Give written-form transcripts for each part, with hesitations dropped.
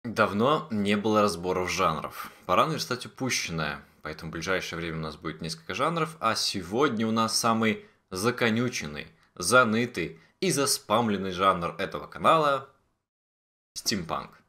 Давно не было разборов жанров. Пора наверстать упущенное, поэтому в ближайшее время у нас будет несколько жанров, а сегодня у нас самый законюченный, занытый и заспамленный жанр этого канала – стимпанк.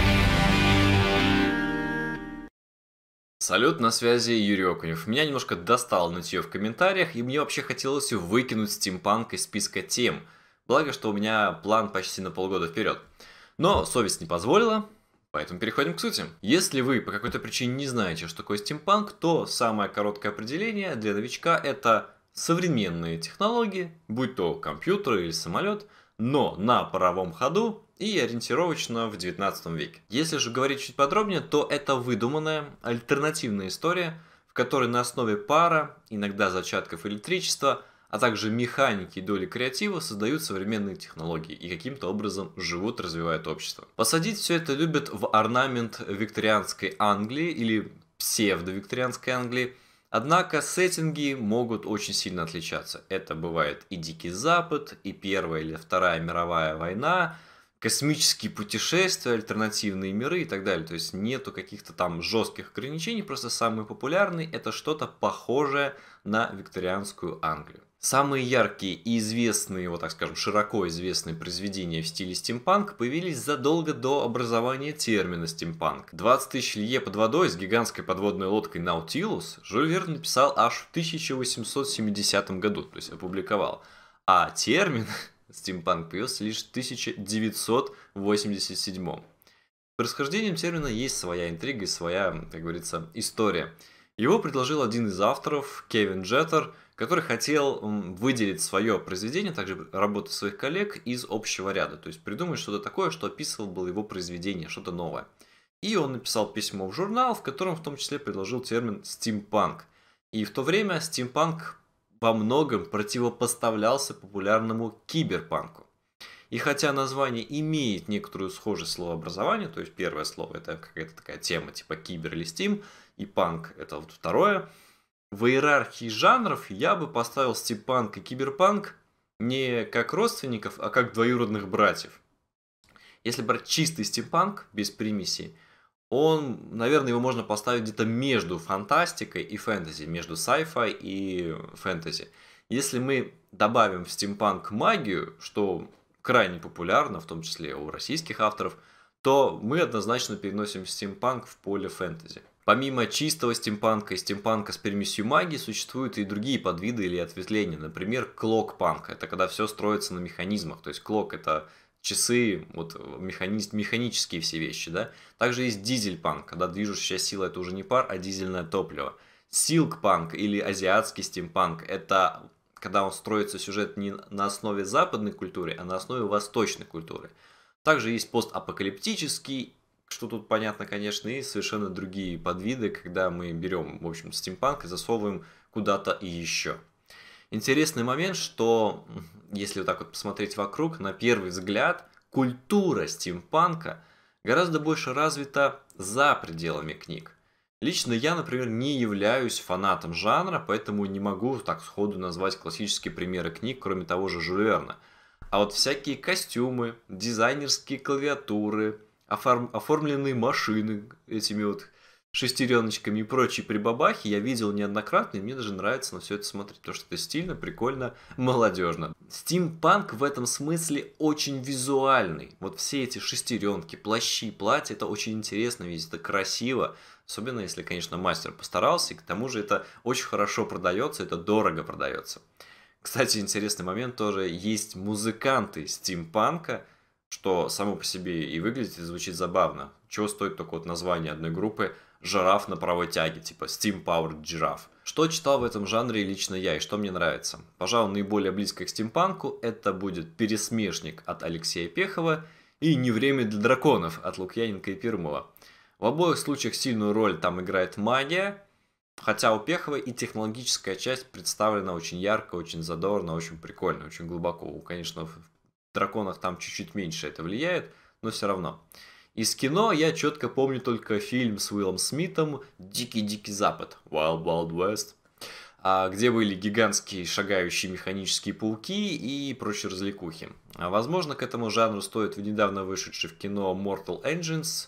Салют, на связи Юрий Окунев. Меня немножко достало нытье в комментариях, и мне вообще хотелось выкинуть стимпанк из списка тем. Благо, что у меня план почти на полгода вперед. Но совесть не позволила, поэтому переходим к сути. Если вы по какой-то причине не знаете, что такое стимпанк, то самое короткое определение для новичка – это современные технологии, будь то компьютер или самолет, но на паровом ходу и ориентировочно в 19 веке. Если же говорить чуть подробнее, то это выдуманная альтернативная история, в которой на основе пара, иногда зачатков электричества, а также механики и доли креатива создают современные технологии и каким-то образом живут, развивают общество. Посадить все это любят в орнамент викторианской Англии или псевдовикторианской Англии, однако сеттинги могут очень сильно отличаться. Это бывает и Дикий Запад, и Первая или Вторая мировая война, космические путешествия, альтернативные миры и так далее. То есть нету каких-то там жестких ограничений, просто самый популярный это что-то похожее на викторианскую Англию. Самые яркие и известные, вот так скажем, широко известные произведения в стиле стимпанк появились задолго до образования термина стимпанк. 20 тысяч лье под водой с гигантской подводной лодкой Наутилус Жюль Верн написал аж в 1870 году, то есть опубликовал. А термин стимпанк появился лишь в 1987. Происхождением термина есть своя интрига и своя, как говорится, история. Его предложил один из авторов, Кевин Джеттер, который хотел выделить свое произведение, также работу своих коллег из общего ряда. То есть придумать что-то такое, что описывало бы его произведение, что-то новое. И он написал письмо в журнал, в котором в том числе предложил термин стимпанк. И в то время стимпанк во многом противопоставлялся популярному киберпанку. И хотя название имеет некоторую схожесть словообразования, то есть первое слово это какая-то такая тема типа кибер или стим, и панк это вот второе, в иерархии жанров я бы поставил стимпанк и киберпанк не как родственников, а как двоюродных братьев. Если брать чистый стимпанк без примесей, наверное, его можно поставить где-то между фантастикой и фэнтези, между sci-fi и фэнтези. Если мы добавим в стимпанк магию, что крайне популярно, в том числе у российских авторов, то мы однозначно переносим стимпанк в поле фэнтези. Помимо чистого стимпанка и стимпанка с примесью магии, существуют и другие подвиды или ответвления. Например, клок-панк. Это когда все строится на механизмах. То есть клок это часы, вот механические все вещи. Да? Также есть дизель-панк, когда движущая сила это уже не пар, а дизельное топливо. Силк-панк или азиатский стимпанк это когда он строится сюжет не на основе западной культуры, а на основе восточной культуры. Также есть постапокалиптический, что тут понятно, конечно, и совершенно другие подвиды, когда мы берем, в общем, стимпанк и засовываем куда-то и еще. Интересный момент, что если вот так вот посмотреть вокруг, на первый взгляд, культура стимпанка гораздо больше развита за пределами книг. Лично я, например, не являюсь фанатом жанра, поэтому не могу так сходу назвать классические примеры книг, кроме того же Жюля Верна. А вот всякие костюмы, дизайнерские клавиатуры, оформленные машины этими вот шестереночками и прочие прибабахи я видел неоднократно, и мне даже нравится на все это смотреть, потому что это стильно, прикольно, молодежно. Стимпанк в этом смысле очень визуальный. Вот все эти шестеренки, плащи, платья, это очень интересно видеть, это красиво. Особенно если, конечно, мастер постарался, и к тому же это очень хорошо продается, это дорого продается. Кстати, интересный момент тоже, есть музыканты стимпанка, что само по себе и выглядит, и звучит забавно. Чего стоит только вот название одной группы «Жираф на паровой тяге», типа Steam Powered Giraffe. Что читал в этом жанре лично я и что мне нравится? Пожалуй, наиболее близко к стимпанку это будет «Пересмешник» от Алексея Пехова и «Не время для драконов» от Лукьяненко и Перумова. В обоих случаях сильную роль там играет магия, хотя у Пехова и технологическая часть представлена очень ярко, очень задорно, очень прикольно, очень глубоко. Конечно, в драконах там чуть-чуть меньше это влияет, но все равно. Из кино я четко помню только фильм с Уиллом Смитом «Дикий-дикий Запад» Wild Wild West, где были гигантские шагающие механические пауки и прочие развлекухи. Возможно, к этому жанру стоит недавно вышедший в кино Mortal Engines,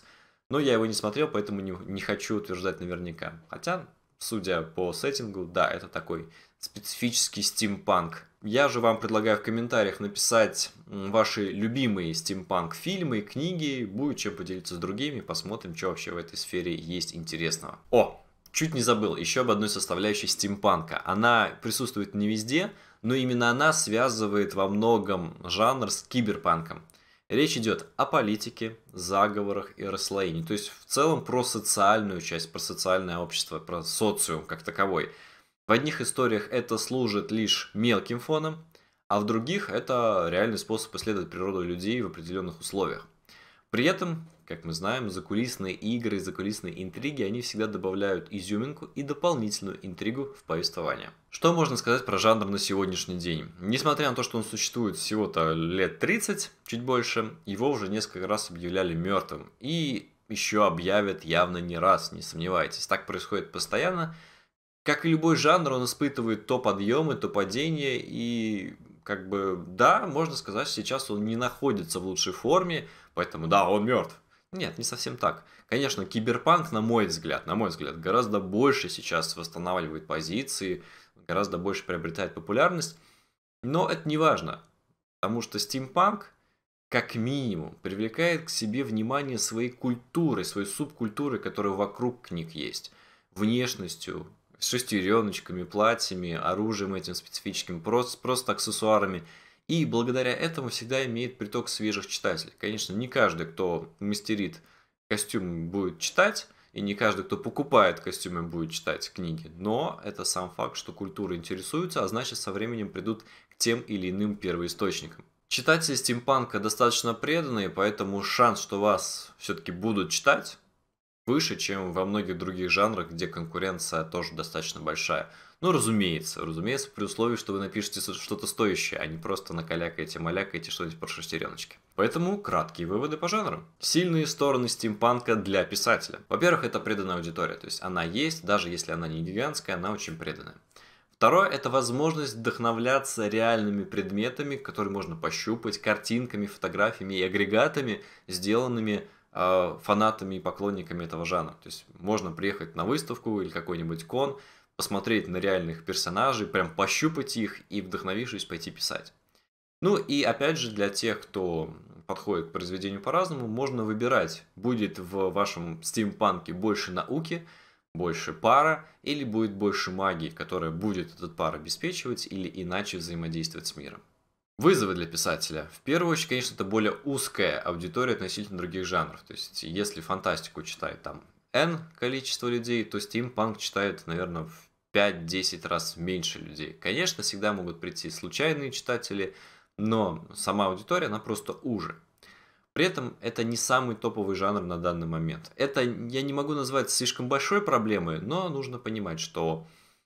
Но я его не смотрел, поэтому не хочу утверждать наверняка. Хотя, судя по сеттингу, да, это такой специфический стимпанк. Я же вам предлагаю в комментариях написать ваши любимые стимпанк-фильмы, книги, будет чем поделиться с другими, посмотрим, что вообще в этой сфере есть интересного. О, чуть не забыл, еще об одной составляющей стимпанка. Она присутствует не везде, но именно она связывает во многом жанр с киберпанком. Речь идет о политике, заговорах и расслоении. То есть в целом про социальную часть, про социальное общество, про социум как таковой. В одних историях это служит лишь мелким фоном, а в других это реальный способ исследовать природу людей в определенных условиях. При этом, как мы знаем, закулисные игры, закулисные интриги, они всегда добавляют изюминку и дополнительную интригу в повествование. Что можно сказать про жанр на сегодняшний день? Несмотря на то, что он существует всего-то лет 30, чуть больше, его уже несколько раз объявляли мертвым. И еще объявят явно не раз, не сомневайтесь. Так происходит постоянно. Как и любой жанр, он испытывает то подъемы, то падения, и как бы, да, можно сказать, сейчас он не находится в лучшей форме, поэтому да, он мертв. Нет, не совсем так. Конечно, киберпанк, на мой взгляд, гораздо больше сейчас восстанавливает позиции, гораздо больше приобретает популярность, но это не важно, потому что стимпанк, как минимум, привлекает к себе внимание своей культурой, своей субкультуры, которая вокруг книг есть, внешностью, с шестереночками, платьями, оружием этим специфическим, просто аксессуарами. И благодаря этому всегда имеет приток свежих читателей. Конечно, не каждый, кто мастерит костюм, будет читать, и не каждый, кто покупает костюмы, будет читать книги. Но это сам факт, что культура интересуется, а значит со временем придут к тем или иным первоисточникам. Читатели стимпанка достаточно преданные, поэтому шанс, что вас все-таки будут читать, выше, чем во многих других жанрах, где конкуренция тоже достаточно большая. Ну, разумеется, при условии, что вы напишете что-то стоящее, а не просто накалякаете-малякаете что-нибудь про шестереночки. Поэтому краткие выводы по жанру. Сильные стороны стимпанка для писателя. Во-первых, это преданная аудитория, то есть она есть, даже если она не гигантская, она очень преданная. Второе – это возможность вдохновляться реальными предметами, которые можно пощупать, картинками, фотографиями и агрегатами, сделанными фанатами и поклонниками этого жанра. То есть можно приехать на выставку или какой-нибудь кон, посмотреть на реальных персонажей, прям пощупать их и, вдохновившись, пойти писать. Ну и опять же, для тех, кто подходит к произведению по-разному, можно выбирать, будет в вашем стимпанке больше науки, больше пара, или будет больше магии, которая будет этот пар обеспечивать или иначе взаимодействовать с миром. Вызовы для писателя. В первую очередь, конечно, это более узкая аудитория относительно других жанров. То есть, если фантастику читает там N количество людей, то стимпанк читает, наверное, в 5-10 раз меньше людей. Конечно, всегда могут прийти случайные читатели, но сама аудитория, она просто уже. При этом это не самый топовый жанр на данный момент. Это я не могу назвать слишком большой проблемой, но нужно понимать, что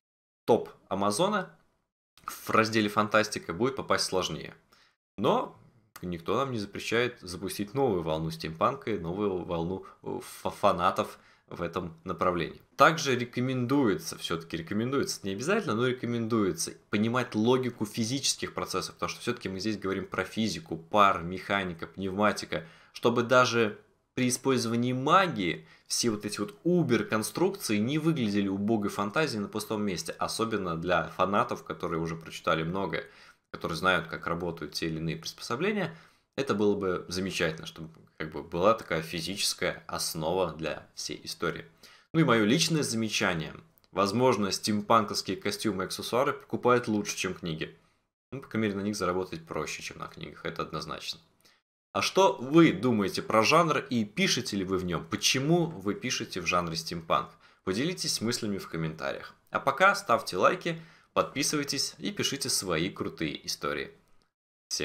топ Амазона в разделе фантастика будет попасть сложнее. Но никто нам не запрещает запустить новую волну стимпанка и новую волну фанатов в этом направлении. Также рекомендуется, все-таки рекомендуется, не обязательно, но рекомендуется понимать логику физических процессов, потому что все-таки мы здесь говорим про физику, пар, механика, пневматика, чтобы даже при использовании магии все вот эти вот убер-конструкции не выглядели убогой фантазией на пустом месте, особенно для фанатов, которые уже прочитали многое, которые знают, как работают те или иные приспособления. Это было бы замечательно, чтобы как бы была такая физическая основа для всей истории. Ну и мое личное замечание. Возможно, стимпанковские костюмы и аксессуары покупают лучше, чем книги. Ну, по крайней мере, на них заработать проще, чем на книгах, это однозначно. А что вы думаете про жанр и пишете ли вы в нем? Почему вы пишете в жанре стимпанк? Поделитесь мыслями в комментариях. А пока ставьте лайки, подписывайтесь и пишите свои крутые истории.